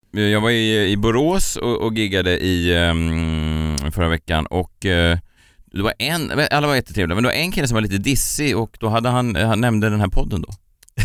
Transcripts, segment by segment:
Jag var i Borås och giggade i förra veckan och det var alla var jättetrevliga, men det var en kille som var lite dissig och då hade han nämnde den här podden då.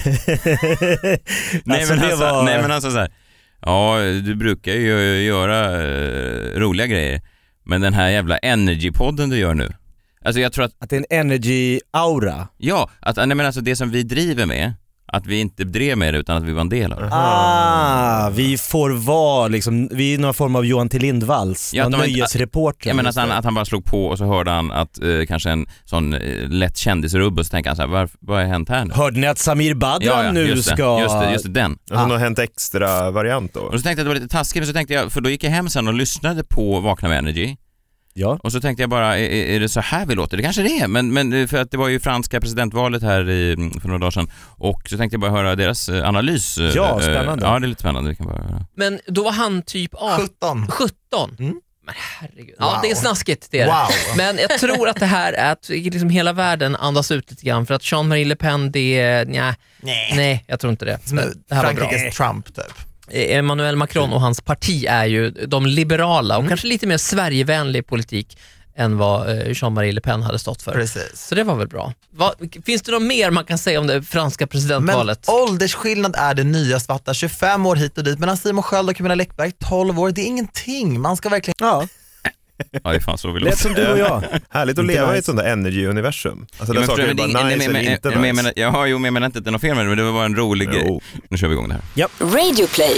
Nej men han sa så här: ja, du brukar ju göra roliga grejer, men den här jävla energy-podden du gör nu. Alltså jag tror att det är en energy-aura. Ja, nej men alltså det som vi driver med, att vi inte drev med det utan att vi var en del av det. Vi får vara liksom, vi är någon form av Johan T. Lindvalls, nöjesreporter. Jag menar att han bara slog på och så hörde han att kanske en sån lätt kändisrubb och så tänkte han så här, vad har hänt här nu? Hörde ni att Samir Badran nu ska... Just det, den. Alltså någon Hänt Extra-variant då. Och så tänkte jag att det var lite taskigt, men så tänkte jag, för då gick jag hem sen och lyssnade på Vakna med Energy. Ja. Och så tänkte jag bara, är det så här vi låter? Det kanske det är, men för att det var ju franska presidentvalet här för några dagar sedan. Och så tänkte jag bara höra deras analys. Ja, spännande. Ja, det är lite spännande, vi kan bara höra. Men då var han typ 17. Men herregud. Wow. Ja, det är snaskigt, det är wow. Men jag tror att det här är att liksom hela världen andas ut lite grann. För att Jean-Marie Le Pen, det är... Nej, jag tror inte det. Det här var bra. Frankrikes Trump typ. Emmanuel Macron och hans parti är ju de liberala och kanske lite mer Sverigevänlig politik än vad Jean-Marie Le Pen hade stått för. Precis. Så det var väl bra. Finns det något mer man kan säga om det franska presidentvalet? Men åldersskillnad är det nya svarta, 25 år hit och dit, medan Simon Sköld och Camilla Läckberg 12 år, det är ingenting. Man ska verkligen... Ja. Ja, det är fan så vi låter. Som du och jag. Härligt att leva i ett sånt där energy-universum. Alltså där saker är bara nice eller inte nice. Jag menar inte att det är något fel med det, men det var bara en rolig grej. Nu kör vi igång det här. Yep. Radio Play.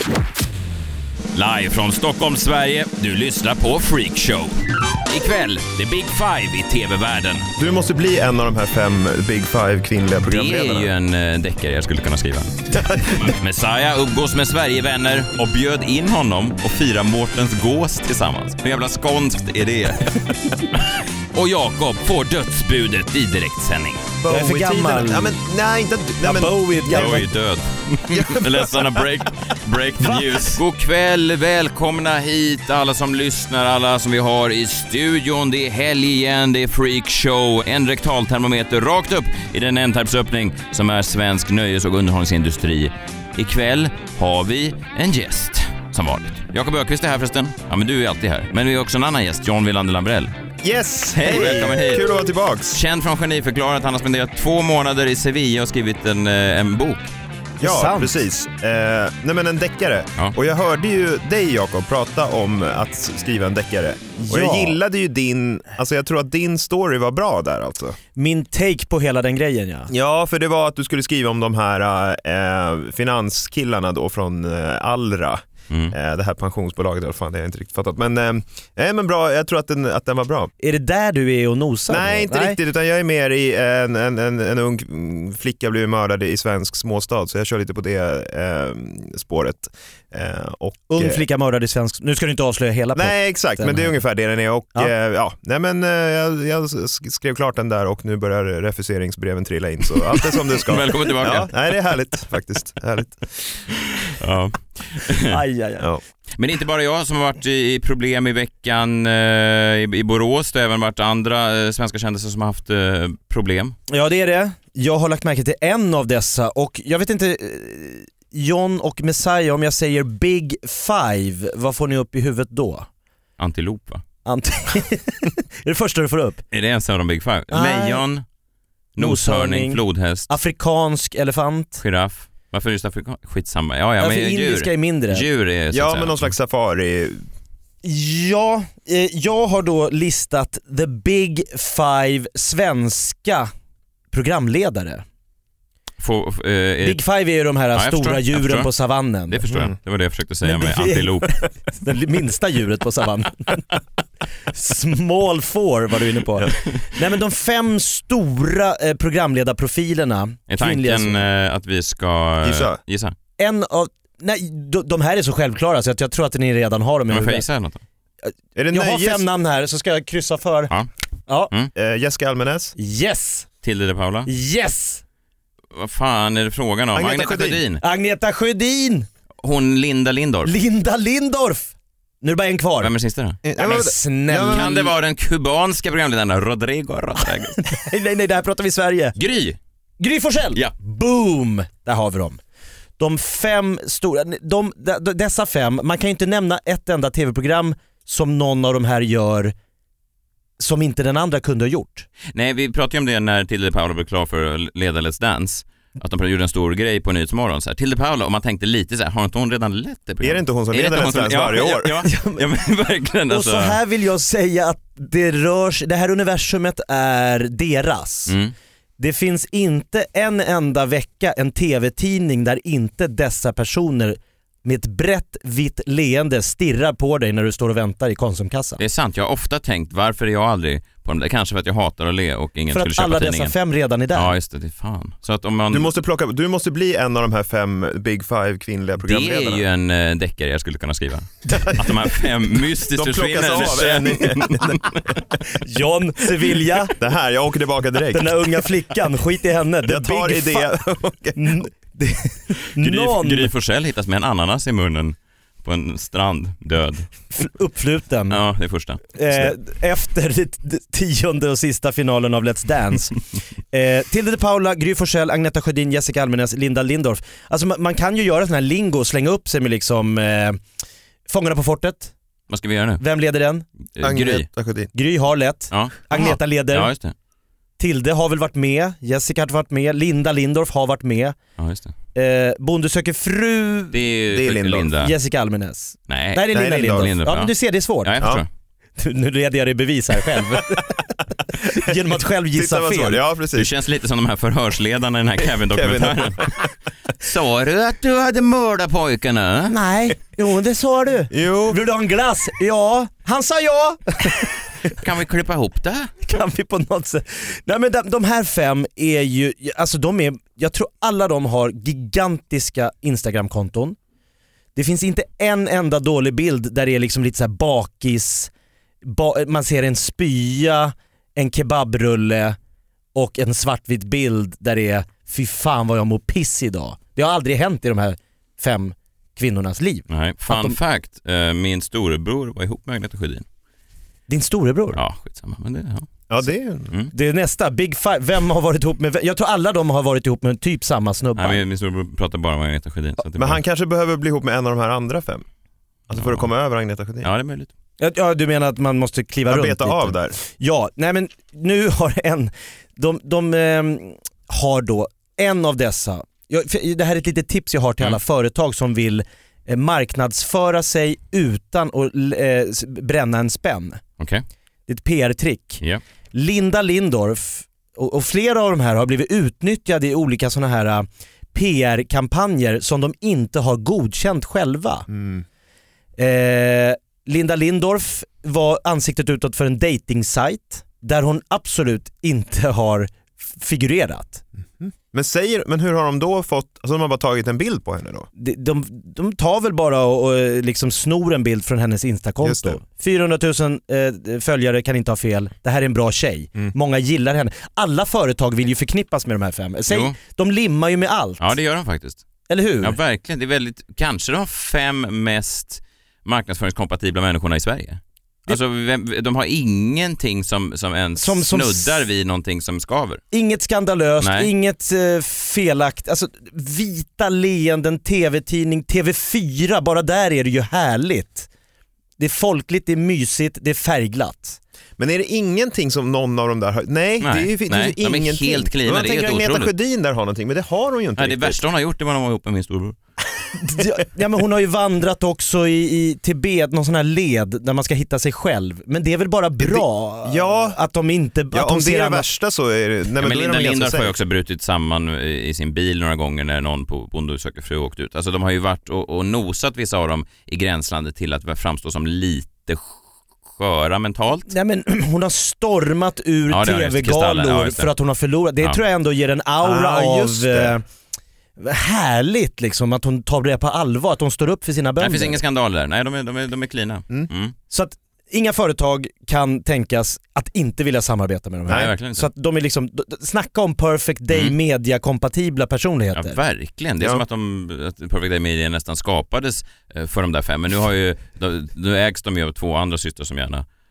Live från Stockholm, Sverige. Du lyssnar på Freak Show. Ikväll, The Big Five i tv-världen. Du måste bli en av de här 5 Big Five kvinnliga programledarna. Det är ju en deckare jag skulle kunna skriva. Messiah umgås med Sverigevänner och bjöd in honom och fira Mårtens gås tillsammans. Hur jävla skånskt är det? Och Jakob får dödsbudet i direktsändning. Jag är för gammal. Ja, men, nej, inte... Nej, men, Bowie är död. Ledsen att break the news. God kväll, välkomna hit alla som lyssnar, alla som vi har i studion. Det är helg igen, det är Freak Show. En rektaltermometer rakt upp i den ändtarpsöppning som är svensk nöjes- och underhållningsindustri. Ikväll har vi en gäst, som vanligt. Jakob Öqvist är här förresten. Ja, men du är alltid här. Men vi har också en annan gäst, John Wilander Lambrell. Yes! Hej, välkommen hit. Kul att vara tillbaks. Känd från Geniförklarat, han har spenderat 2 månader i Sevilla och skrivit en bok. Ja, sant. precis. Nej men en deckare. Ja. Och jag hörde ju dig, Jakob, prata om att skriva en deckare. Och jag gillade ju alltså jag tror att din story var bra där alltså. Min take på hela den grejen, ja. Ja, för det var att du skulle skriva om de här finanskillarna då från Allra. Det här pensionsbolaget, fan det har jag inte riktigt fattat. Men bra, jag tror att den var bra. Är det där du är och nosar? Nej, inte riktigt, utan jag är mer i en ung flicka blev mördad i svensk småstad, så jag kör lite på det spåret. Ung flicka mördad i svensk... Nu ska du inte avslöja hela på. Nej, exakt, men det är ungefär det den är. Och jag skrev klart den där och nu börjar refuseringsbreven trilla in, så allt är som det ska. Välkommen tillbaka. Ja, nej, det är härligt faktiskt. Härligt. Ja. Aj. Ja. Men det är inte bara jag som har varit i problem i veckan i Borås. Det har även varit andra svenska kändisar som har haft problem. Ja, det är det. Jag har lagt märke till en av dessa och jag vet inte, John och Messiah, om jag säger Big Five, vad får ni upp i huvudet då? Antilop, va? Är det första du får upp? Är det en av de Big Five? Lejon, noshörning, flodhäst, afrikansk elefant, giraff. Varför just afrikansk? Skitsamma. Ja, men indiska är mindre. Djur är så att säga. Men någon slags safari. Ja, jag har då listat the Big Five svenska programledare. Big Five är ju de här stora djuren på savannen. Det förstår jag. Det var det jag försökte säga med antilop. Det minsta djuret på savannen. Small four var du inne på. Nej, men de 5 stora programledarprofilerna. Är tanken att vi ska gissa? De här är så självklara så att jag tror att ni redan har dem i huvudet. Men får jag gissa något då? Jag har 5 namn här så ska jag kryssa för. Ja. Jessica Almenäs. Yes. Tilde de Paula. Yes. Vad fan är det frågan om? Agneta Sjödin. Hon Linda Lindorff. Nu är det bara en kvar. Vem är sista då? Men snälla. Kan det vara den kubanska programledaren Rodrigo Rodriguez? nej, det här pratar vi i Sverige. Gry Forssell. Ja. Boom. Där har vi dem. de 5 stora, dessa 5, man kan ju inte nämna ett enda tv-program som någon av de här gör som inte den andra kunde ha gjort. Nej, vi pratade ju om det när Tilde de Paula blev klar för att leda Let's Dance. Att de gjorde en stor grej på Nyhetsmorgon. Så här, Tilde de Paula, och man tänkte lite så här, har inte hon redan lett det programmet? Är det inte hon som leder Let's Dance varje år? Ja, men verkligen. Och så här vill jag säga att det här universumet är deras. Det finns inte en enda vecka en tv-tidning där inte dessa personer med ett brett vitt leende stirrar på dig när du står och väntar i Konsumkassan. Det är sant, jag har ofta tänkt varför är jag aldrig på dem där. Kanske för att jag hatar att le och ingen skulle köpa tidningen. För att alla dessa 5 redan är där. Ja, just det är fan. Så att om man... du måste bli en av de här 5 Big 5 kvinnliga programledarna. Det är ju en deckare jag skulle kunna skriva. Att de här 5 mystiskt försvinner. John Sevilla. Det här, jag åker tillbaka direkt. Den där unga flickan, skit i henne. Jag tar idé. Gry Forssell hittas med en ananas i munnen på en strand, död. Uppfluten. Ja, det är första. Efter 10:e och sista finalen av Let's Dance. Tilde de Paula, Gry Forssell, Agneta Sjödin, Jessica Almenäs, Linda Lindorff. Alltså man kan ju göra sån här lingo och slänga upp sig med liksom Fångarna på fortet. Vad ska vi göra nu? Vem leder den? Agneta Sjödin. Gry har lett. Ja. Agneta leder. Ja, just det. Tilde har väl varit med, Jessica har varit med, Linda Lindorff har varit med. Ja, just det. Bonde söker fru. Det är Linda. Jessica Almenäs. Nej, det är Linda Lindorff. Ja, men du ser, det är svårt. Ja, jag förstår. Nu leder jag det bevis här själv. Genom att själv gissa fel. Ja, precis. Du känns lite som de här förhörsledarna i den här Kevin-dokumentären. Sa du att du hade mördat pojkarna? Nej, jo det sa du. Jo. Vill du ha en glass? Ja, han sa ja. Kan vi klippa ihop det? Kan vi på något sätt? Nej, men de här 5 är ju, alltså jag tror alla de har gigantiska Instagram-konton. Det finns inte en enda dålig bild där det är liksom lite så här bakis, man ser en spya, en kebabrulle och en svartvit bild där det är fy fan vad jag mår piss idag. Det har aldrig hänt i de här 5 kvinnornas liv. Nej, fun fact, min storebror var ihop med Agneta Sjödin. Din storebror? Ja, skitsamma. Men det, Ja, det är nästa, Big 5. Vem har varit ihop med, jag tror alla de har varit ihop med typ samma snubbar. Nej, min storebror pratar bara om Agneta Sjödin. Så men han kanske behöver bli ihop med en av de här andra 5. Alltså för att komma över Agneta Sjödin. Ja, det är möjligt. Ja, du menar att man måste kliva runt beta lite. Av där. Ja, nej men nu har de har då en av dessa. Det här är ett litet tips jag har till alla företag som vill marknadsföra sig utan att bränna en spänn. Okay. Det är ett PR-trick. Yeah. Linda Lindorff och flera av de här har blivit utnyttjade i olika såna här PR-kampanjer som de inte har godkänt själva. Linda Lindorff var ansiktet utåt för en dating-sajt där hon absolut inte har figurerat. Men hur har de då fått, alltså de har bara tagit en bild på henne då? De tar väl bara och liksom snor en bild från hennes Instakonto. 400 000 följare kan inte ha fel. Det här är en bra tjej. Många gillar henne. Alla företag vill ju förknippas med de här 5. De limmar ju med allt. Ja, det gör de faktiskt. Eller hur? Ja, verkligen. Det är väldigt, kanske de 5 mest marknadföringskompatibla människorna i Sverige. Alltså de har ingenting som ens snuddar vid någonting som skaver. Inget skandalöst, inget felakt. Alltså vita leenden, tv-tidning, TV4, bara där är det ju härligt. Det är folkligt, det är mysigt, det är färgglatt. Men är det ingenting som någon av dem där har? Nej, det är ju ingenting. De är helt clean. Man tänker att Agneta Sjödin där har någonting, men det har hon ju inte. Nej, det värsta hon har gjort det var när hon var ihop med min storbror. Ja, men hon har ju vandrat också i Tibet, någon sån här led där man ska hitta sig själv. Men det är väl bara bra att de inte... Ja, om det är det värsta så är det... Nej, men Linda Lindorff har ju också brutit samman i sin bil några gånger när någon på Bonde söker fru åkt ut. Alltså de har ju varit och nosat vissa av dem i gränslandet till att framstå som lite sköra mentalt. Nej, men hon har stormat ur tv-galor för att hon har förlorat. Det tror jag ändå ger en aura av... härligt liksom att hon tar det på allvar, att hon står upp för sina bönder. Det finns ingen skandal där. Nej, de är cleana. Så att inga företag kan tänkas att inte vilja samarbeta med dem här. Nej, verkligen inte. Så att de är liksom, snacka om Perfect Day Media-kompatibla personligheter. Ja, verkligen. Det är som att Perfect Day Media nästan skapades för de där 5. Men nu ägs de ju av 2 andra systrar som gärna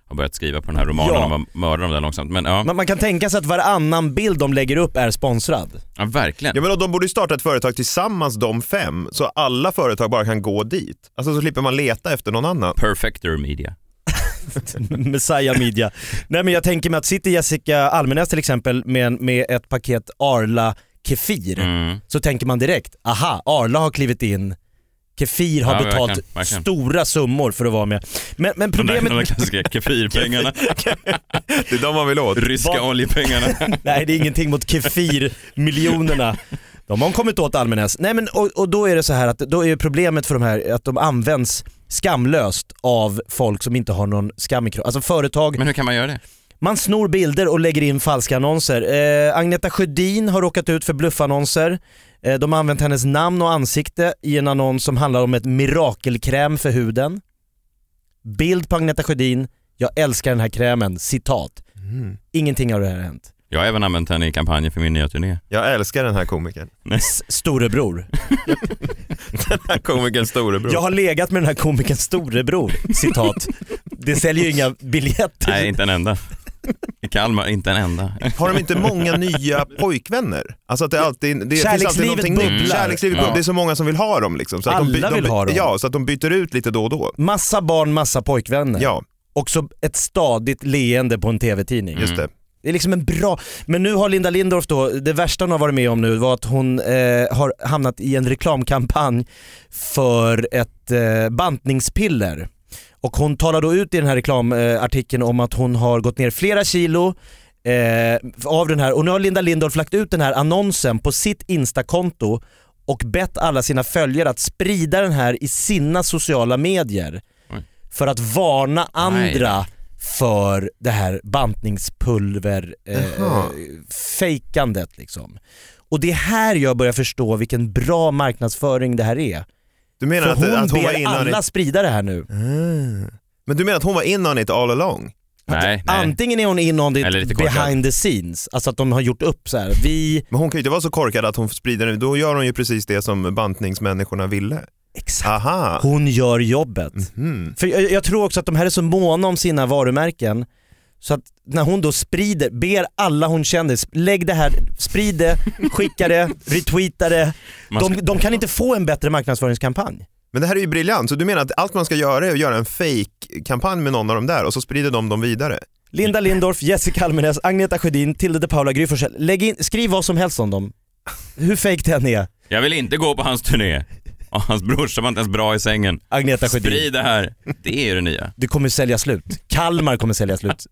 har börjat skriva på den här romanen om att mörda dem där långsamt. Men, ja. Man kan tänka sig att varannan bild de lägger upp är sponsrad. Ja, verkligen. Ja, men de borde ju starta ett företag tillsammans, de 5, så alla företag bara kan gå dit. Alltså så slipper man leta efter någon annan. Perfector Media. Messiah Media. Nej, men jag tänker mig att sitter Jessica Almenäs till exempel med ett paket Arla Kefir, så tänker man direkt, aha, Arla har klivit in, Kefir har betalt verkligen stora summor för att vara med. Men problemet... De klassiska Kefir-pengarna. Det är de man vill åt. Ryska oljepengarna. Nej, det är ingenting mot Kefir-miljonerna. De har kommit åt Almenäs. Nej, men och då är det så här att då är problemet för de här att de används skamlöst av folk som inte har någon skam i kroppen. Alltså företag... Men hur kan man göra det? Man snor bilder och lägger in falska annonser. Agneta Sjödin har råkat ut för bluffannonser. De har använt hennes namn och ansikte i en annons som handlar om ett mirakelkräm för huden. Bild på Agneta Sjödin: jag älskar den här krämen, citat. Ingenting av det här har hänt. Jag har även använt henne i kampanjen för min nya turné. Jag älskar den här komikern. Storebror. Den här komikern storebror. Jag har legat med den här komikern storebror, citat. Det säljer ju inga biljetter. Nej, inte en enda. I Kalmar, inte en enda. Har de inte många nya pojkvänner? Alltså att det alltid... Det kärlekslivet bubblar. Kärlekslivet bubblar. Det är så många som vill ha dem liksom. Så alla vill ha dem. Ja, så att de byter ut lite då och då. Massa barn, massa pojkvänner. Ja. Också ett stadigt leende på en tv-tidning. Just det. Det är liksom en bra... Men nu har Linda Lindorff då, det värsta hon har varit med om nu var att hon har hamnat i en reklamkampanj för ett bantningspiller. Och hon talar då ut i den här reklamartikeln om att hon har gått ner flera kilo av den här. Och nu har Linda Lindorff lagt ut den här annonsen på sitt Insta-konto och bett alla sina följare att sprida den här i sina sociala medier. För att varna andra för det här bantningspulver fejkandet liksom. Och det är här jag börjar förstå vilken bra marknadsföring det här är. Du menar för att hon var ber alla sprida det här nu. Men du menar att hon var in on it all along? Nej. Antingen är hon in on it behind the scenes, alltså att de har gjort upp så här. Men hon kan ju inte vara så korkad att hon sprider det. Då gör hon ju precis det som bantningsmänniskorna ville. Exakt. Aha. Hon gör jobbet. För jag tror också att de här är så måna om sina varumärken, så att när hon då ber alla hon känner, lägg det här, sprid det, skicka det, retweeta det. De kan inte få en bättre marknadsföringskampanj. Men det här är ju briljant, så du menar att allt man ska göra är att göra en fake-kampanj med någon av dem där och så sprider de dem vidare? Linda Lindorff, Jessica Almenäs, Agneta Sjödin, Tilde de Paula, Gry Forssell. Skriv vad som helst om dem. Hur fake den är. Jag vill inte gå på hans turné. Och hans brorsa var inte ens bra i sängen. Agneta Sjödin. Sprid det här. Det är ju det nya. Det kommer sälja slut. Kalmar kommer sälja slut.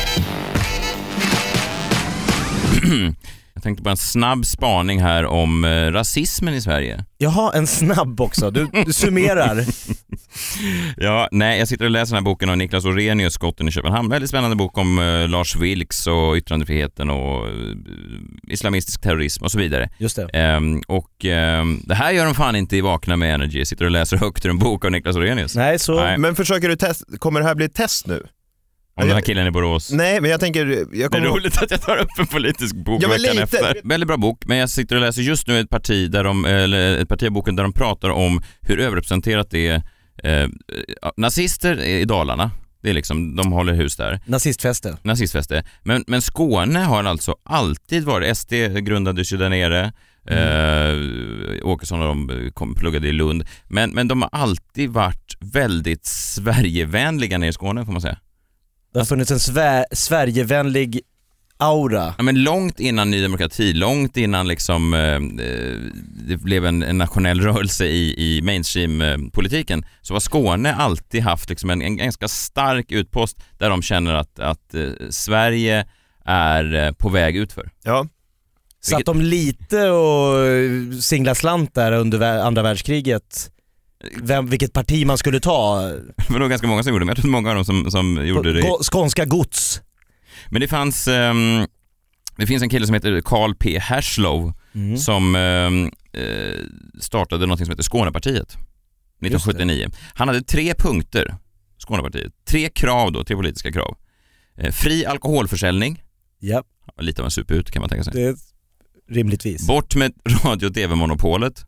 Jag tänkte på en snabb spaning här om rasismen i Sverige. Jaha, en snabb också. Du summerar. Ja, nej, jag sitter och läser den här boken av Niklas Orrenius, Skotten i Köpenhamn. Väldigt spännande bok om Lars Vilks och yttrandefriheten och islamistisk terrorism och så vidare. Just det. Det här gör de fan inte i Vakna med Energy. Jag sitter och läser högt ur en bok av Niklas Orrenius. Nej. Men försöker du kommer det här bli ett test nu? Om den här killen i Borås. Nej, men jag tänker... Det är roligt att jag tar upp en politisk bok veckan efter. Väldigt bra bok, men jag sitter och läser just nu ett parti av boken där de pratar om hur överrepresenterat det är nazister i Dalarna. Det är liksom, de håller hus där. Nazistfäste. Men Skåne har alltså alltid varit, SD grundades ju där nere. Åkesson och de pluggade i Lund. Men de har alltid varit väldigt Sverigevänliga nere i Skåne, får man säga. Det har funnits en Sverigevänlig aura. Ja, men långt innan Ny Demokrati, långt innan liksom, det blev en nationell rörelse i mainstream-politiken, så var Skåne alltid haft liksom en ganska stark utpost där de känner att Sverige är på väg utför. Ja. Satt de lite och singla slant där under andra världskriget? Vilket parti man skulle ta? Det var nog ganska många som gjorde det, men jag tror många av dem som gjorde det. Skånska gods. Men det finns en kille som heter Carl P. Herslow som startade något som heter Skånepartiet 1979. Han hade 3 punkter, Skånepartiet. 3 krav då, 3 politiska krav. Fri alkoholförsäljning. Ja. Lite av en superut kan man tänka sig. Det är rimligtvis. Bort med radio- och tv-monopolet.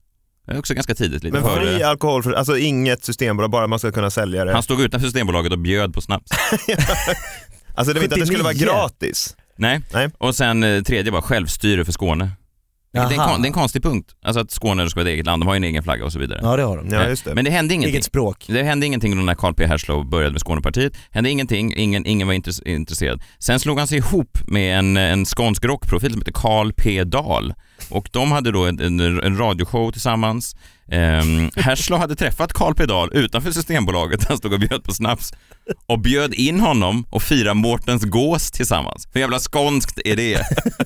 Det är också ganska tidigt. Lite men fri alkohol, alltså inget systembolag, bara man ska kunna sälja det. Han stod utanför Systembolaget och bjöd på snaps. Alltså det var inte att det skulle vara gratis. Nej. Och sen tredje var självstyre för Skåne. Det är en konstig punkt. Alltså att Skåne ska vara ett eget land, de har ju en egen flagga och så vidare. Ja, det har de. Ja, just det. Men det hände ingenting. Eget språk. Det hände ingenting när Carl P. Herslow började med Skånepartiet. Hände ingenting, ingen var intresserad. Sen slog han sig ihop med en skånsk rockprofil som heter Carl P. Dahl. Och de hade då en radioshow tillsammans. Herslow hade träffat Carl P. Dahl utanför Systembolaget. Han stod och bjöd på snaps. Och bjöd in honom och fira Mårtens gås tillsammans. Hur jävla skånskt är det?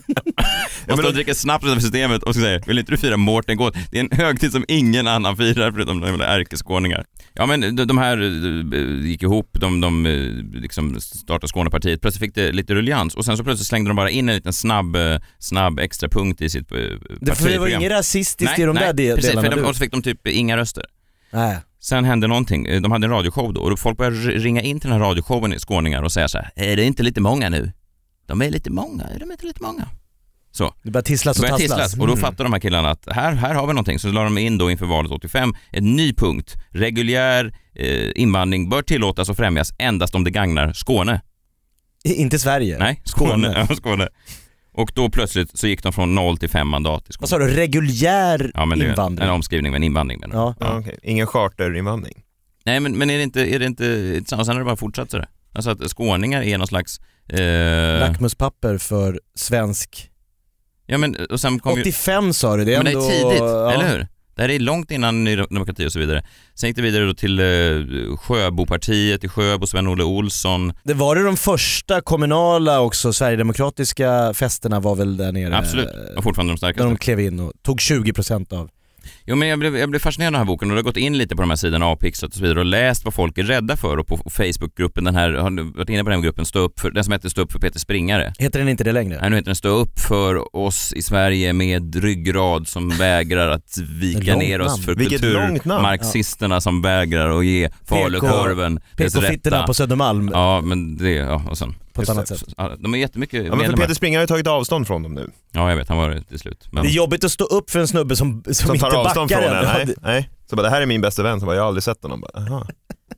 Man står och dricker snaps utanför systemet och säger, vill inte du fira Mårten gås? Det är en högtid som ingen annan firar förutom de ärkeskåningar. Ja, men de här gick ihop, de liksom startade Skånepartiet. Plötsligt fick det lite ruljans och sen så plötsligt slängde de bara in en liten snabb extra punkt i sitt partiprogram. Det var inget rasistiskt i de där delarna. Och så fick de typ inga röster. Nej. Sen hände någonting, de hade en radioshow då och folk började ringa in till den här radioshowen i skåningar och säga så här: är det inte lite många nu? De är lite många, är de inte lite många? Så. Det börjar tisslas och tasslas. Och då fattar de här killarna att här har vi någonting. Så la de in då inför valet 85 en ny punkt. Reguljär invandring bör tillåtas och främjas endast om det gagnar Skåne. Inte Sverige? Nej, Skåne. Skåne. Och då plötsligt så gick de från 0 till 5 mandat i Skåne. Vad sa du? Reguljär invandring? En omskrivning med en invandring. Ja. Okay. Ingen charterinvandring? Nej, men är det inte och sen har det bara fortsatt så där. Alltså att skåningar är någon slags lackmuspapper för svensk. Ja, men och sen kom 85 sa du det. Men det är tidigt, eller hur? Det här är långt innan Ny Demokrati och så vidare. Sen gick det vidare då till Sjöbopartiet i Sjöbo, Sven-Olle Olsson. Det var de första kommunala också sverigedemokratiska festerna var väl där nere. Absolut, och fortfarande de starkaste. När de klev in och tog 20% av. Jo, men jag blev fascinerad av den här boken och jag har gått in lite på de här sidorna Avpixlat och så vidare och läst vad folk är rädda för och på Facebookgruppen, den här, har du varit inne på den gruppen, den som heter Stå upp för Peter Springare. Heter den inte det längre? Nej, nu heter den Stå upp för oss i Sverige med ryggrad som vägrar att vika ner oss för kulturmarxisterna som vägrar att ge falukorven. PK-fitterna på Södermalm. Ja, men det, och sen. På ett annat sätt. De är jättemycket. Ja, men för Peter Springare har ju tagit avstånd från dem nu. Ja, jag vet, han var det till slut. Men... Det är jobbigt att stå upp för en snubbe som inte tar avstånd backar från den. Nej. Så bara, det här är min bästa vän, så bara, jag har aldrig sett honom. Bara,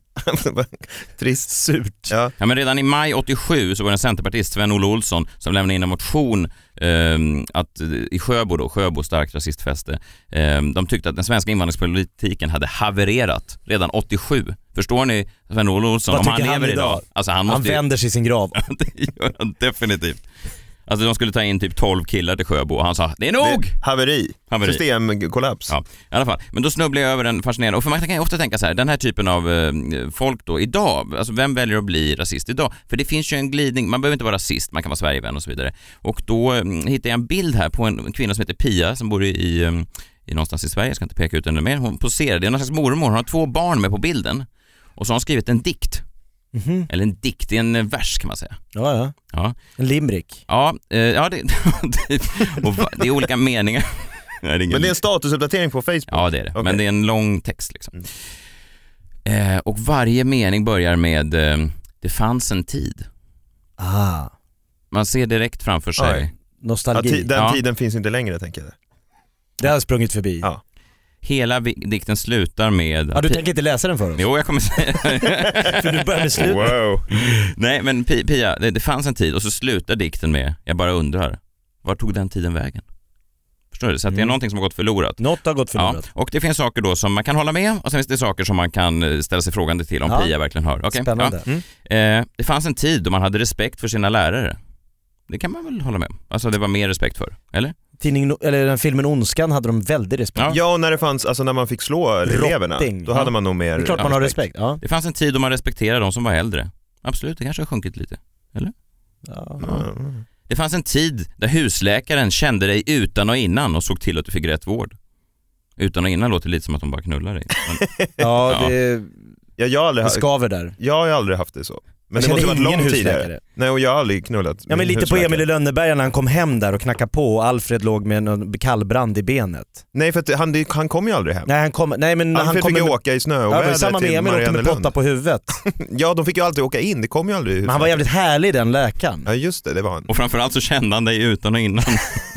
trist. Surt. Ja, men redan i maj 87 så var det en centerpartist, Sven-Olle Olsson, som lämnade in en motion att i Sjöbo starkt rasistfäste, de tyckte att den svenska invandringspolitiken hade havererat redan 87. Förstår ni, Sven-Olle Olsson, om han lever idag? Alltså han vänder sig i sin grav. Det gör han definitivt. Alltså de skulle ta in typ 12 killar till Sjöbo och han sa, det är nog! Haveri. Systemkollaps. Ja, i alla fall. Men då snubblade jag över en fascinerande, och för man kan ju ofta tänka så här, den här typen av folk då idag, alltså vem väljer att bli rasist idag? För det finns ju en glidning, man behöver inte vara rasist, man kan vara Sverigevän och så vidare. Och då hittade jag en bild här på en kvinna som heter Pia som bor i någonstans i Sverige, jag ska inte peka ut henne mer. Hon poserar, det är någon slags mormor, hon har 2 barn med på bilden. Och så har hon skrivit en dikt. Mm-hmm. Eller en dikt, det är en vers kan man säga. Ja. En limerick. Ja, det är olika meningar. Men det är en statusuppdatering på Facebook? Ja, det är det. Okay. Men det är en lång text liksom. Och varje mening börjar med det fanns en tid. Man ser direkt framför sig. Oj. Nostalgi. Den tiden finns inte längre, tänker jag. Det har sprungit förbi. Ja. Hela dikten slutar med... Ja, du tänker inte läsa den för oss? Jo, jag kommer säga för du börjar med slut. Wow. Nej, men Pia, det fanns en tid och så slutar dikten med, jag bara undrar, var tog den tiden vägen? Förstår du? Så att det är någonting som har gått förlorat. Något har gått förlorat. Ja, och det finns saker då som man kan hålla med och sen finns det saker som man kan ställa sig frågande till om Pia verkligen hör. Okay? Spännande. Ja. Det fanns en tid då man hade respekt för sina lärare. Det kan man väl hålla med om. Alltså det var mer respekt för, eller? Den filmen Ondskan hade de väldigt respekt. Ja, när det fanns, alltså när man fick slå eleverna, då hade man nog mer. Det är klart man har respekt. Ja. Det fanns en tid då man respekterade de som var äldre. Absolut, det kanske har sjunkit lite. Eller? Ja. Det fanns en tid där husläkaren kände dig utan och innan och såg till att du fick rätt vård. Utan och innan låter lite som att de bara knullar dig. Men, det skaver där. Jag har aldrig haft det så. Men det måste ha varit långt tidigare. Nej, och jag har aldrig knullat. Ja, men lite på Emil i Lönneberga när han kom hem där och knackade på och Alfred låg med en kallbrand i benet. Nej, för att han kom ju aldrig hem. Nej, men Alfred fick åka i snö och väder till samma med Emil åkte med potta på huvudet. Ja, de fick ju alltid åka in, det kom ju aldrig. Men han var jävligt härlig, den läkaren. Ja, just det var han. Och framförallt så kände han dig utan och innan.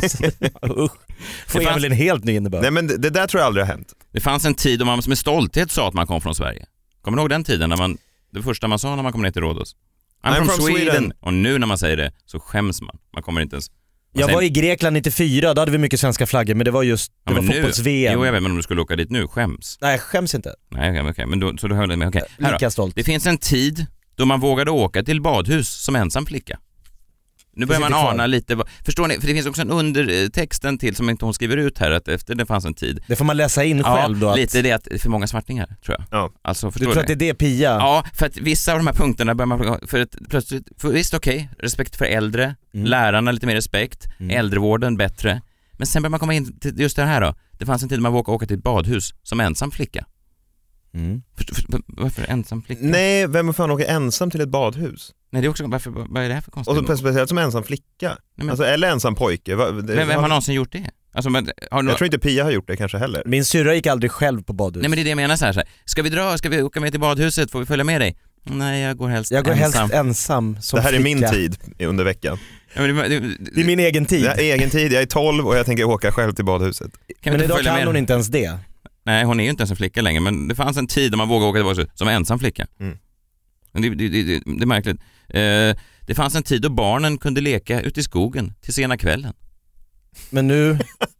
Får Emil en helt ny innebörd. Nej, men det där tror jag aldrig har hänt. Det fanns en tid då man med stolthet sa att man kom från Sverige. Kommer du ihåg den tiden när det första man sa när man kom ner till Rhodos? I'm from Sweden. Och nu när man säger det så skäms man. Man kommer inte ens... Jag var i Grekland 94, då hade vi mycket svenska flaggor, men det var just det var fotbolls-VM. Jo, jag vet, men om du skulle åka dit nu, skäms. Nej, skäms inte. Nej, okej. Men då höll jag med. Okay. Lika stolt. Det finns en tid då man vågade åka till badhus som ensam flicka. Nu börjar man ana lite, förstår ni? För det finns också en undertexten till som inte hon skriver ut här, att efter det fanns en tid. Det får man läsa in själv då. Ja, lite det att för många svartingar, tror jag. Ja. Alltså, du tror att det är det, Pia? Ja, för att vissa av de här punkterna börjar man för att plötsligt, visst okej, respekt för äldre, lärarna lite mer respekt, äldrevården bättre. Men sen börjar man komma in till just det här då. Det fanns en tid man vågade åka till ett badhus som ensam flicka. Varför ensam flicka? Nej, vem fan åker ensam till ett badhus? Nej, det är också, vad är det här för konstigt? Och så speciellt som ensam flicka. Nej, men, alltså, eller ensam pojke. Vem har någonsin gjort det? Alltså, jag tror inte Pia har gjort det kanske heller. Min syrra gick aldrig själv på badhus. Nej, men det är det jag menar så här. Ska vi åka med till badhuset? Får vi följa med dig? Nej, jag går helst ensam som det här flicka. är min tid under veckan. Ja, det är min egen tid. Det är egen tid, jag är 12 och jag tänker åka själv till badhuset. Men idag kan hon inte ens det. Nej, hon är ju inte ens en flicka längre, men det fanns en tid då man vågade åka till badhuset som ensam flicka. Det är märkligt. Det fanns en tid då barnen kunde leka ute i skogen till sena kvällen. Men nu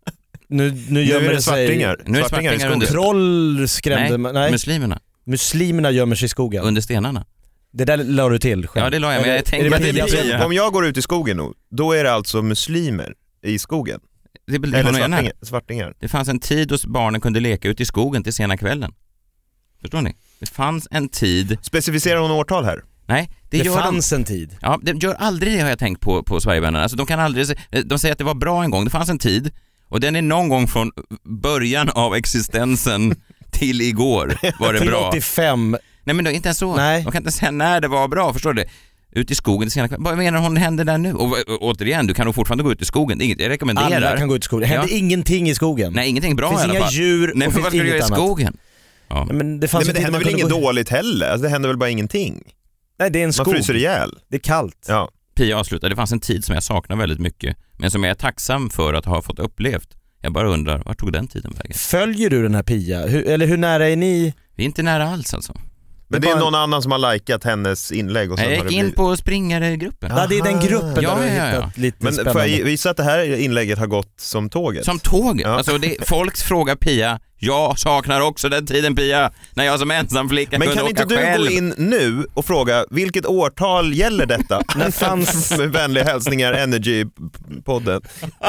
gömmer det sig svartingar. Nu är det svartingar under... Troll skrämde... Nej, muslimerna gömmer sig i skogen. Under stenarna. Det där la du till själv. Ja, det la jag, men jag tänker om jag går ut i skogen nu, då är det alltså muslimer i skogen. Eller svartingar. Det fanns en tid då barnen kunde leka ute i skogen till sena kvällen. Förstår ni? Det fanns en tid... Specificerar hon årtal här? Nej, det fanns en tid. Ja, det gör aldrig det, har jag tänkt på Sverigevännerna. Alltså de säger att det var bra en gång. Det fanns en tid och den är någon gång från början av existensen till igår var det till bra. 85. Nej, men det är inte ens så. Nej. De kan inte säga när det var bra, förstår du? Ut i skogen till sena kvällen. Vad menar hon händer där nu? Och återigen, du kan nog fortfarande gå ut i skogen. Det är inget jag rekommenderar. Alla kan gå ut i skogen. Det händer ingenting i skogen. Nej, ingenting bra i alla fall. Det finns inga djur. Nej, men vad ska du göra i skogen? Ja. Men det händer väl inget dåligt heller? Alltså, det händer väl bara ingenting? Nej, det är en skog. Man fryser ihjäl. Det är kallt. Ja. Pia avslutar. Det fanns en tid som jag saknar väldigt mycket, men som jag är tacksam för att ha fått upplevt. Jag bara undrar, vart tog den tiden vägen? Följer du den här Pia? Hur nära är ni? Vi är inte nära alls alltså. Men det är någon annan som har likat hennes inlägg och så. Jag gick in på springaregruppen. Ja, det är den gruppen där du har hittat lite men spännande. Men får jag visa att det här inlägget har gått som tåget? Som tåget? Ja. Alltså folk frågar Pia. Jag saknar också den tiden, Pia, när jag som ensam flicka kunde åka själv. Men kan inte du gå in nu och fråga vilket årtal gäller detta? När fanns... Med vänliga hälsningar, Energy-podden.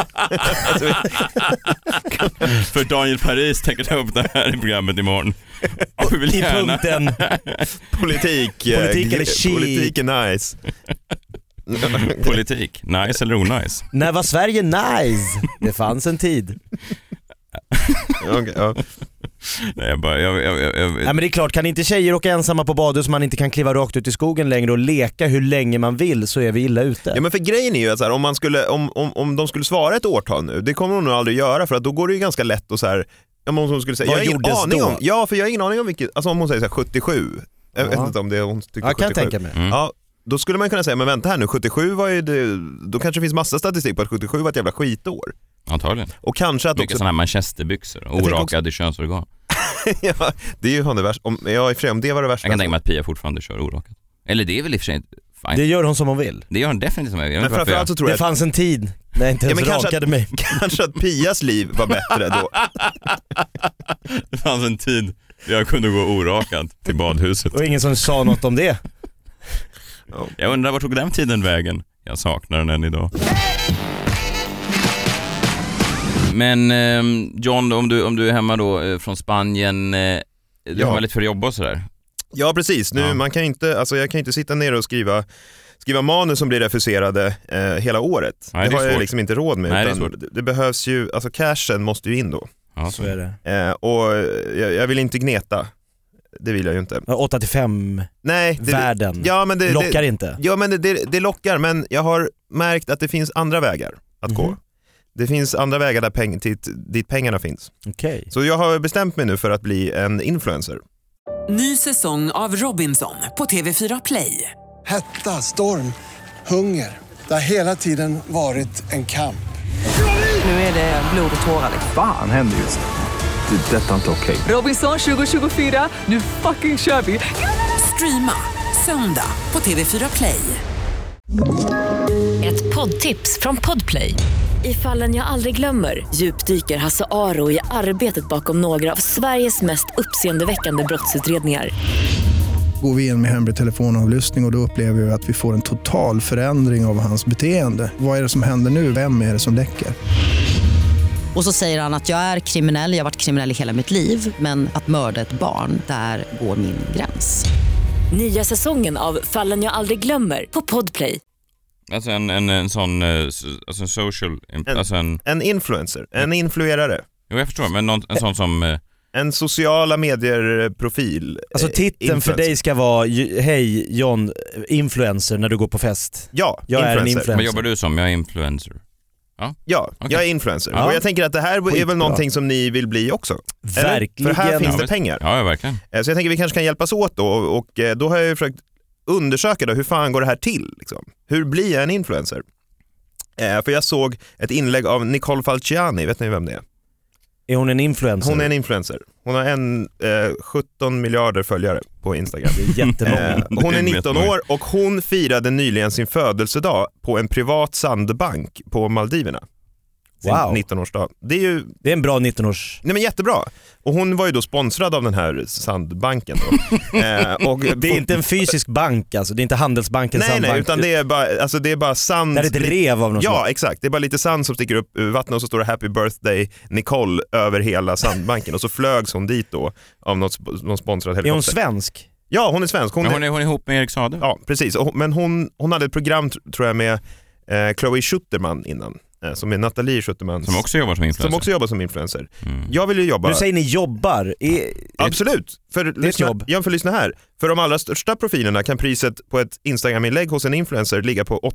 För Daniel Paris tänker ta upp det här i programmet imorgon. Och vi vill gärna... punkten politik eller chic. Politik är nice. Politik, nice eller onnice? När var Sverige nice? Det fanns en tid. Okay, ja. Nej, men det är klart, kan inte tjejer åka ensamma på badhus så man inte kan kliva rakt ut i skogen längre och leka hur länge man vill, så är vi illa ute. Ja, men för grejen är ju att så här, om de skulle svara ett årtal nu, det kommer de nog aldrig göra, för att då går det ju ganska lätt och så här, om hon skulle säga, vad jag har ingen aning om. Ja, för jag har ingen aning om vilket, alltså om hon säger så här 77. Jag vet inte om det hon tycker 77. Kan jag tänka mig. Ja, då skulle man kunna säga, men vänta här nu, 77 var ju det, då kanske det finns massa statistik på att 77 var ett jävla skitår. Antagligen. Och kanske att mycket också sådana här manchesterbyxor, orakade könsorgan. Ja, det är ju det värsta. Om det var det värsta. Jag kan tänka mig att Pia fortfarande kör orakat. Eller det är väl i och för sig fine. Det gör hon som hon vill. Det gör hon definitivt som hon vill. Men framförallt så tror jag det fanns en tid när jag inte ens rakade mig. Kanske att Pias liv var bättre då. Det fanns en tid där jag kunde gå orakad till badhuset. Och ingen som sa något om det. Jag undrar, var tog den tiden vägen? Jag saknar den än idag. Men John, om du är hemma då från Spanien, du har lite för jobb och sådär. Ja, precis. Nu, man kan inte, alltså jag kan inte sitta ner och skriva manus som blir refuserade hela året. Nej, det har jag liksom inte råd med. Nej, utan det behövs ju, alltså cashen måste ju in då. Ja, så är det. Och jag vill inte gneta. det vill jag ju inte. 8-5 världen det lockar inte. Ja, men det lockar, men jag har märkt att det finns andra vägar att gå. Det finns andra vägar där dit pengarna finns. Okay. Så jag har bestämt mig nu för att bli en influencer. Ny säsong av Robinson på TV4 Play. Hetta, storm, hunger. Det har hela tiden varit en kamp. Nu är det blod och tårar. Fan händer just det. Det är detta inte okej. Robinson 2024, nu fucking kör vi. Streama söndag på TV4 Play. Ett poddtips från Podplay. I Fallen jag aldrig glömmer djupdyker Hasse Aro i arbetet bakom några av Sveriges mest uppseendeväckande brottsutredningar. Går vi in med hemlig telefonavlyssning och då upplever vi att vi får en total förändring av hans beteende. Vad är det som händer nu? Vem är det som läcker? Och så säger han att jag är kriminell, jag har varit kriminell i hela mitt liv. Men att mörda ett barn, där går min gräns. Nya säsongen av Fallen jag aldrig glömmer på Podplay. Alltså en sån alltså social... En influencer, en influerare. Jo, jag förstår, men en sån som... En sociala medier-profil. Alltså titeln för dig ska vara hej John, influencer när du går på fest. Ja, jag är en influencer. Vad jobbar du som? Jag är influencer. Ja, okay. Jag är influencer. Ja. Och jag tänker att det här är väl någonting som ni vill bli också. Verkligen. För här finns det pengar. Ja, verkligen. Så jag tänker att vi kanske kan hjälpas åt då. Och då har jag ju försökt undersöka då, hur fan går det här till? Liksom? Hur blir jag en influencer? För jag såg ett inlägg av Nicole Falciani, vet ni vem det är? Är hon en influencer? Hon är en influencer. Hon har 17 miljarder följare på Instagram. Det är jättemånga. Hon är 19 år och hon firade nyligen sin födelsedag på en privat sandbank på Maldiverna. Sin 19-årsdag. Det är en bra 19-års... Nej, men jättebra. Och hon var ju då sponsrad av den här sandbanken då. Och det är inte en fysisk bank alltså, det är inte Handelsbankens sandbank. Nej, utan det är bara sand. Det är ett rev av något slag. Ja, exakt. Det är bara lite sand som sticker upp ur vattnet och så står det Happy Birthday Nicole över hela sandbanken och så flögs hon dit då av någon sponsrad helikopter. Är hon svensk? Ja, hon är svensk. Hon är ihop med Erik Saade. Ja, precis. Men hon hade ett program tror jag med Chloe Schutterman innan. Som är Nathalie Schutterman. Som också jobbar som influencer. Jag vill ju jobba... Du säger ni jobbar. Absolut. För lyssna här. För de allra största profilerna kan priset på ett Instagram-inlägg hos en influencer ligga på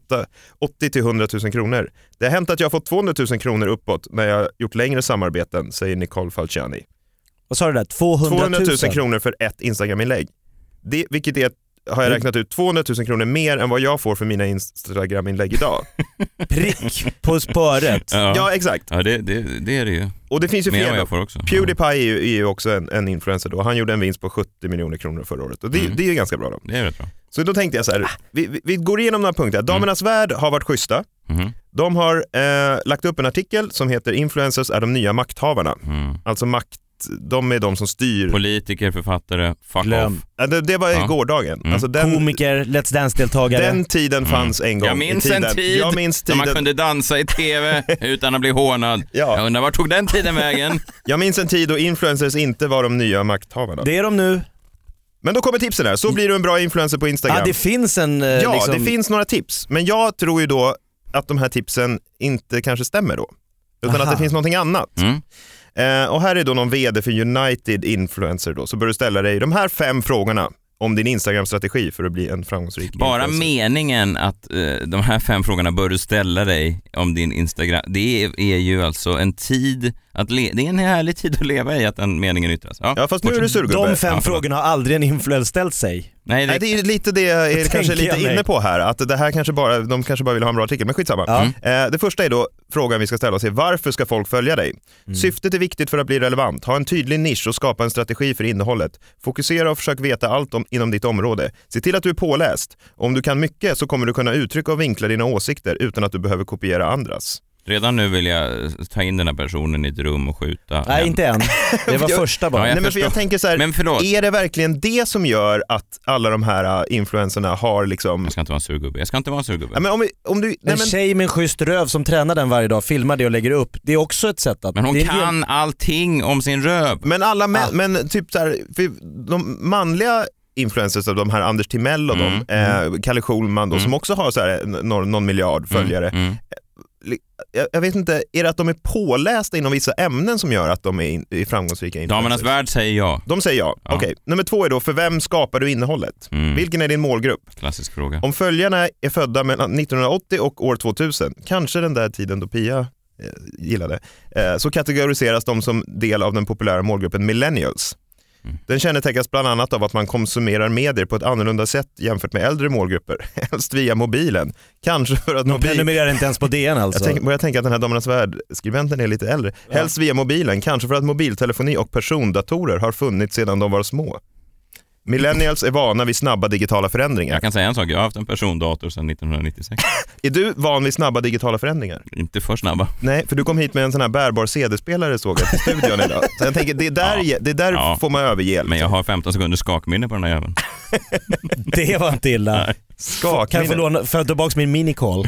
80-100 000 kronor. Det har hänt att jag har fått 200 000 kronor uppåt när jag gjort längre samarbeten, säger Nicole Falciani. Vad sa du där? 200 000 kronor för ett Instagram-inlägg. Vilket är har jag räknat ut 200 000 kronor mer än vad jag får för mina Instagram-inlägg idag. Prick på spåret. Ja, exakt. Ja, det är det ju. Och det finns ju fler. Jag får också. PewDiePie är ju också en influencer då. Han gjorde en vinst på 70 miljoner kronor förra året. Och det är ju ganska bra då. Det är rätt bra. Så då tänkte jag så här, vi går igenom några punkter. Damernas Värld har varit schyssta. De har lagt upp en artikel som heter Influencers är de nya makthavarna. Alltså de är de som styr. Politiker, författare, fuck off. Det var gårdagen. Alltså komiker, Let's Dance-deltagare. Den tiden fanns en gång. Jag minns en tid när man kunde dansa i tv utan att bli hånad. Jag undrar, var tog den tiden vägen? Jag minns en tid då influencers inte var de nya makthavarna. Det är de nu. Men då kommer tipsen här. Så blir du en bra influencer på Instagram. Ja, det finns en... det finns några tips. Men jag tror ju då att de här tipsen inte kanske stämmer då. Utan att det finns någonting annat. Och här är då någon vd för United Influencer då. Så bör du ställa dig de här 5 frågorna om din Instagram-strategi för att bli en framgångsrik bara influencer. Meningen att de här 5 frågorna bör du ställa dig om din Instagram. Det är ju alltså en tid att det är en härlig tid att leva i att den meningen yttras. Ja, fast nu är du surgubbe. De 5 frågorna har aldrig en influencer ställt sig. Nej, det är lite det jag är kanske lite inne på här. Att det här de kanske bara vill ha en bra artikel, men skitsamma. Det första är då frågan vi ska ställa oss är: varför ska folk följa dig? Syftet är viktigt för att bli relevant. Ha en tydlig nisch och skapa en strategi för innehållet. Fokusera och försök veta allt inom ditt område. Se till att du är påläst. Om du kan mycket så kommer du kunna uttrycka och vinkla dina åsikter utan att du behöver kopiera andras. Redan nu vill jag ta in den här personen i ett rum och skjuta. Nej, inte än. Det var första bara. Nej, men för jag tänker så här, är det verkligen det som gör att alla de här influencerna har liksom... Jag ska inte vara en surgubbe. Ja, men om du... En tjej med en schysst röv som tränar den varje dag, filmar det och lägger upp. Det är också ett sätt att... Men hon kan allting om sin röv. Men alla men typ så här, för de manliga influencers av de här Anders Timell och Kalle Schulman då, som också har så här någon miljard följare. jag vet inte, är det att de är pålästa inom vissa ämnen som gör att de är framgångsrika influencers? Damernas värld säger ja. De säger ja. Okej. Nummer 2 är då, för vem skapar du innehållet? Vilken är din målgrupp? Klassisk fråga. Om följarna är födda mellan 1980 och år 2000, kanske den där tiden då Pia gillade, så kategoriseras de som del av den populära målgruppen millennials. Den kännetecknas bland annat av att man konsumerar medier på ett annorlunda sätt jämfört med äldre målgrupper, helst via mobilen. Kanske för att de prenumererar inte ens på DN alltså. Jag börjar tänka att den här Damernas värld-skribenten är lite äldre. Helst via mobilen, kanske för att mobiltelefoni och persondatorer har funnits sedan de var små. Millennials är vana vid snabba digitala förändringar. Jag kan säga en sak, jag har haft en persondator sedan 1996. Är du van vid snabba digitala förändringar? Inte för snabba. Nej, för du kom hit med en sån här bärbar CD-spelare såg jag till studion idag. Så jag tänker, det där får man överge. Liksom. Men jag har 15 sekunder skakminne på den här jäveln. Det var inte illa. Skakminne. Kan jag få låna för att tillbaka min minicall?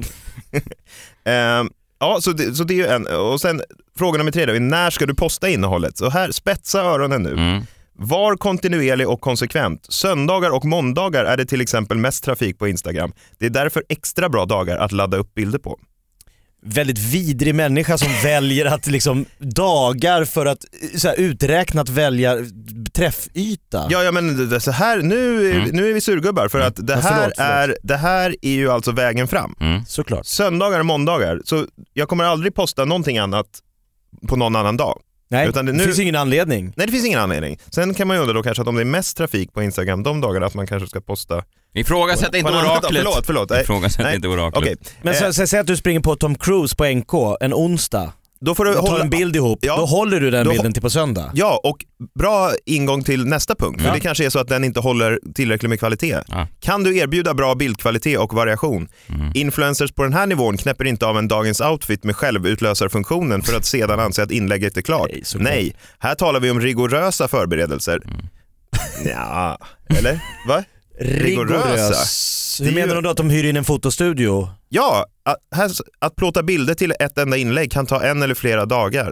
Ja, så det är ju en. Och sen fråga nummer 3 då, när ska du posta innehållet? Så här, spetsa öronen nu. Var kontinuerlig och konsekvent. Söndagar och måndagar är det till exempel mest trafik på Instagram. Det är därför extra bra dagar att ladda upp bilder på. Väldigt vidrig människa som väljer att liksom dagar för att så här, uträknat välja träffyta. Ja men det, så här, nu är vi surgubbar för att det här är ju alltså vägen fram. Såklart. Söndagar och måndagar. Så jag kommer aldrig posta någonting annat på någon annan dag. Nej, det finns ingen anledning. Nej, det finns ingen anledning. Sen kan man ju undra då kanske att om det är mest trafik på Instagram de dagarna att man kanske ska posta... Ifrågasätt inte oraklet. Förlåt. Ifrågasätt inte oraklet. Okay. Men säg att du springer på Tom Cruise på NK en onsdag. Då får du ta en bild ihop, då håller du den bilden till på söndag. Ja, och bra ingång till nästa punkt. För det kanske är så att den inte håller tillräckligt med kvalitet. Kan du erbjuda bra bildkvalitet och variation? Influencers på den här nivån knäpper inte av en dagens outfit med självutlösarfunktionen för att sedan anse att inlägget är klart. Nej, här talar vi om rigorösa förberedelser. Ja, eller? Va? Rigorösa. Hur menar du då att de hyr in en fotostudio? Ja, att plåta bilder till ett enda inlägg kan ta en eller flera dagar.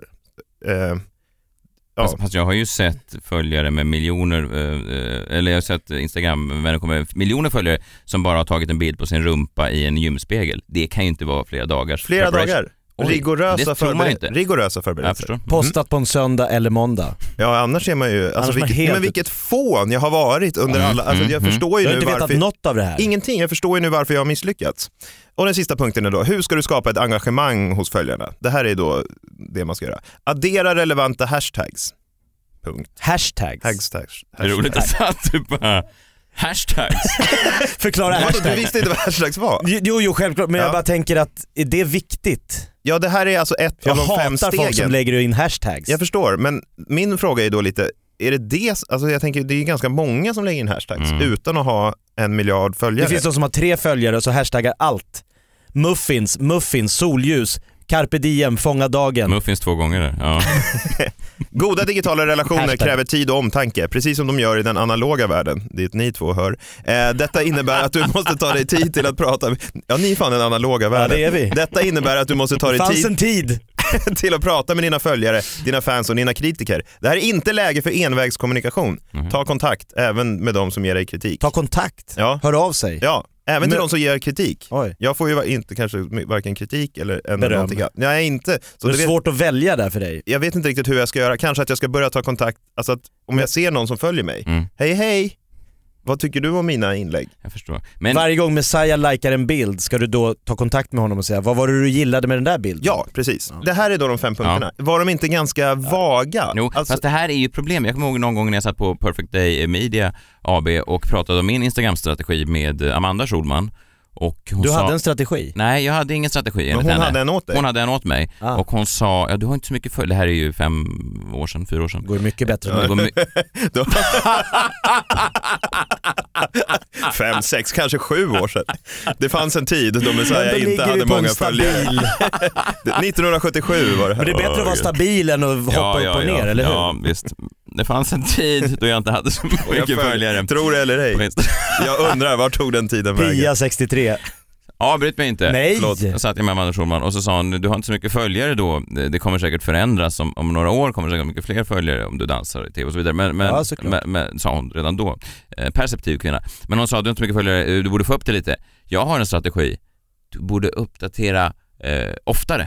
Fast jag har ju sett följare med miljoner, eller jag har sett Instagram-människor med miljoner följare som bara har tagit en bild på sin rumpa i en gymspegel. Det kan ju inte vara flera dagars dagar. Rigorösa förberedelser. Postat på en söndag eller måndag. Ja, annars är man ju... Alltså, vilket fån jag har varit under alla... Alltså, jag förstår ju nu varför... vetat något av det här. Ingenting. Jag förstår ju nu varför jag har misslyckats. Och den sista punkten är då, hur ska du skapa ett engagemang hos följarna? Det här är då det man ska göra. Addera relevanta hashtags. Punkt. Hashtags. Det är roligt att satt du på... Hashtags. Förklara hashtags. Du visste inte vad hashtags var? Jo, självklart. Men jag bara tänker att är det viktigt? Ja, det här är alltså ett av de 5 stegen. Jag hatar folk som lägger in hashtags. Jag förstår, men min fråga är då lite, är det alltså jag tänker det är ju ganska många som lägger in hashtags utan att ha 1 miljard följare. Det finns de som har 3 följare och så hashtaggar allt. Muffins, solljus, carpe diem, fånga dagen. Muffins 2 gånger, ja. Goda digitala relationer kräver tid och omtanke, precis som de gör i den analoga världen, dit ni 2 hör. Detta innebär att du måste ta dig tid till att prata. Ja, ni är fan den analoga världen. Ja, det är vi. Detta innebär att du måste ta dig tid till att prata med dina följare, dina fans och dina kritiker. Det här är inte läge för envägskommunikation. Ta kontakt, även med de som ger dig kritik. Ta kontakt? Ja. Hör av sig? Ja. Även till de som ger kritik. Oj. Jag får ju inte kanske varken kritik eller någonting. Nej, inte. Så det är svårt att välja där för dig. Jag vet inte riktigt hur jag ska göra. Kanske att jag ska börja ta kontakt. Alltså att om jag ser någon som följer mig. Hej. Vad tycker du om mina inlägg? Jag förstår. Men... Varje gång Messiah likar en bild ska du då ta kontakt med honom och säga vad var det du gillade med den där bilden? Ja, precis. Ja. Det här är då de 5 punkterna. Ja. Var de inte ganska vaga? Jo, fast det här är ju problem. Jag kommer ihåg någon gång när jag satt på Perfect Day Media AB och pratade om min Instagram-strategi med Amanda Schulman. Och hon hade en strategi? Nej, jag hade ingen strategi. Men hon hade en åt dig? Hon hade en åt mig. Och hon sa, du har inte så mycket följ. Det här är ju 4 år sedan. Går mycket bättre nu. 5, 6, kanske 7 år sedan. Det fanns en tid då Messiah inte hade många följare. 1977 var det här. Men det är bättre att vara stabil än att hoppa upp och ner, eller hur? Ja, visst. Det fanns en tid då jag inte hade så mycket följare. Tror det eller ej. Jag undrar, var tog den tiden vägen? Pia 63. Avbryt mig inte. Nej. Jag satt med Amanda Schulman och så sa hon, du har inte så mycket följare då. Det kommer säkert förändras. Om några år kommer det säkert mycket fler följare om du dansar i tv och så vidare. Men sa hon redan då. Perceptiv kvinna. Men hon sa, du har inte så mycket följare, du borde få upp det lite. Jag har en strategi. Du borde uppdatera oftare.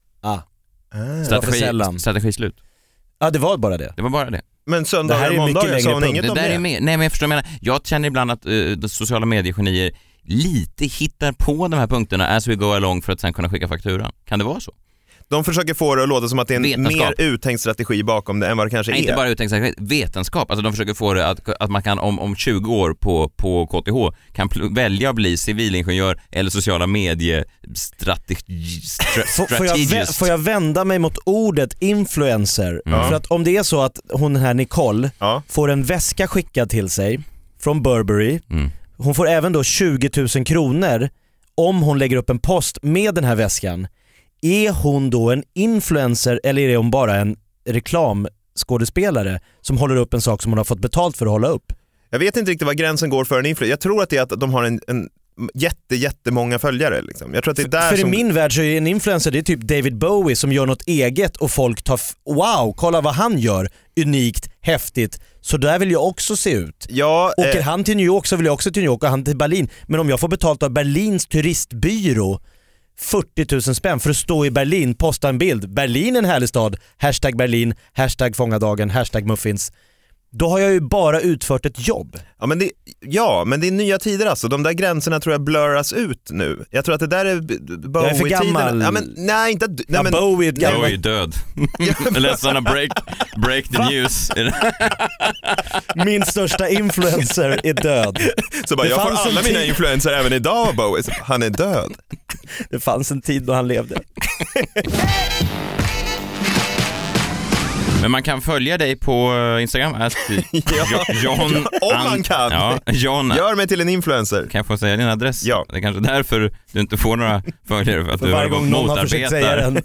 Strategislut. Ja, det var bara det. Det var bara det. Men söndagar och måndagar sa hon inget om det. Är med. Nej, men jag förstår vad jag menar. Jag känner ibland att de sociala mediegenier lite hittar på de här punkterna as we go along för att sen kunna skicka fakturan. Kan det vara så? De försöker få det att låta som att det är en mer uttänkt strategi bakom det än vad det kanske är. Inte bara uttänkt strategi, vetenskap. Alltså de försöker få det att man kan om 20 år på KTH kan välja att bli civilingenjör eller sociala mediestrategist. Får jag vända mig mot ordet influencer? För att om det är så att hon här Nicole får en väska skickad till sig från Burberry, hon får även då 20 000 kronor om hon lägger upp en post med den här väskan. Är hon då en influencer eller är hon bara en reklamskådespelare som håller upp en sak som hon har fått betalt för att hålla upp? Jag vet inte riktigt var gränsen går för en influencer. Jag tror att det är att de har en jättemånga följare. Liksom. Jag tror att det är där för i min värld så är en influencer det är typ David Bowie som gör något eget och folk tar wow, kolla vad han gör. Unikt, häftigt. Så där vill jag också se ut. Åker han till New York så vill jag också till New York och han till Berlin. Men om jag får betalt av Berlins turistbyrå 40 000 spänn för att stå i Berlin, posta en bild. Berlin är en härlig stad. #Berlin, #fångadagen, #muffins. Då har jag ju bara utfört ett jobb. Men det är nya tider alltså. De där gränserna tror jag blurras ut nu. Jag tror att det där är Bowie-tiden. Jag är för gammal. Ja, men, nej, inte... Nej, men, Bowie är död. Ledsen break the news. Min största influencer är död. Så bara, jag får alla mina influencer även idag, Bowie. Han är död. Det fanns en tid då han levde. Men man kan följa dig på Instagram John, om man kan. John, gör mig till en influencer. Kan jag få säga din adress? Ja. Det är kanske därför du inte får några följare för att du varje gång någon har försökt säga den.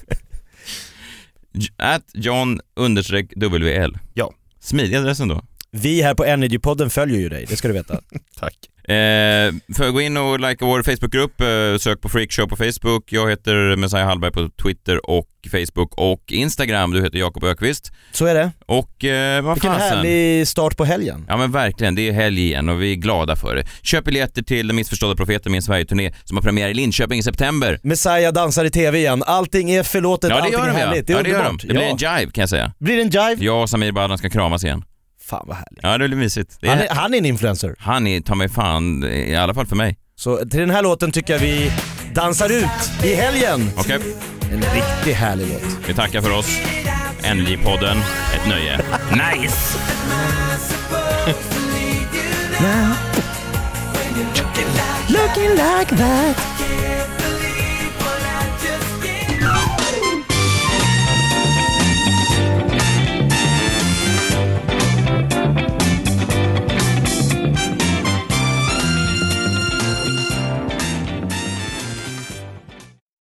@John_WL. Ja. Smidig adressen då. Vi här på Energy-podden följer ju dig, det ska du veta. Tack. För att gå in och likea vår Facebookgrupp, sök på Freakshow på Facebook. Jag heter Messiah Hallberg på Twitter och Facebook och Instagram. Du heter Jakob Ökvist. Så är det. Och vilken härlig start på helgen. Ja men verkligen, det är helg igen och vi är glada för det. Köp biljetter till Den missförstådda profeten, min Sverige-turné som har premiär i Linköping i september. Messiah dansar i tv igen. Allting är förlåtet, allting är härligt. Det är underbart. Det blir en jive kan jag säga. Blir det en jive? Jag och Samir Badran ska kramas igen. Fan vad härligt. Ja, det blir mysigt. Han är en influencer. Han är, ta mig fan, i alla fall för mig. Så till den här låten tycker jag vi dansar ut i helgen. Okej. En riktigt härlig låt. Vi tackar för oss. NJ-podden, ett nöje. Nice! Looking like that.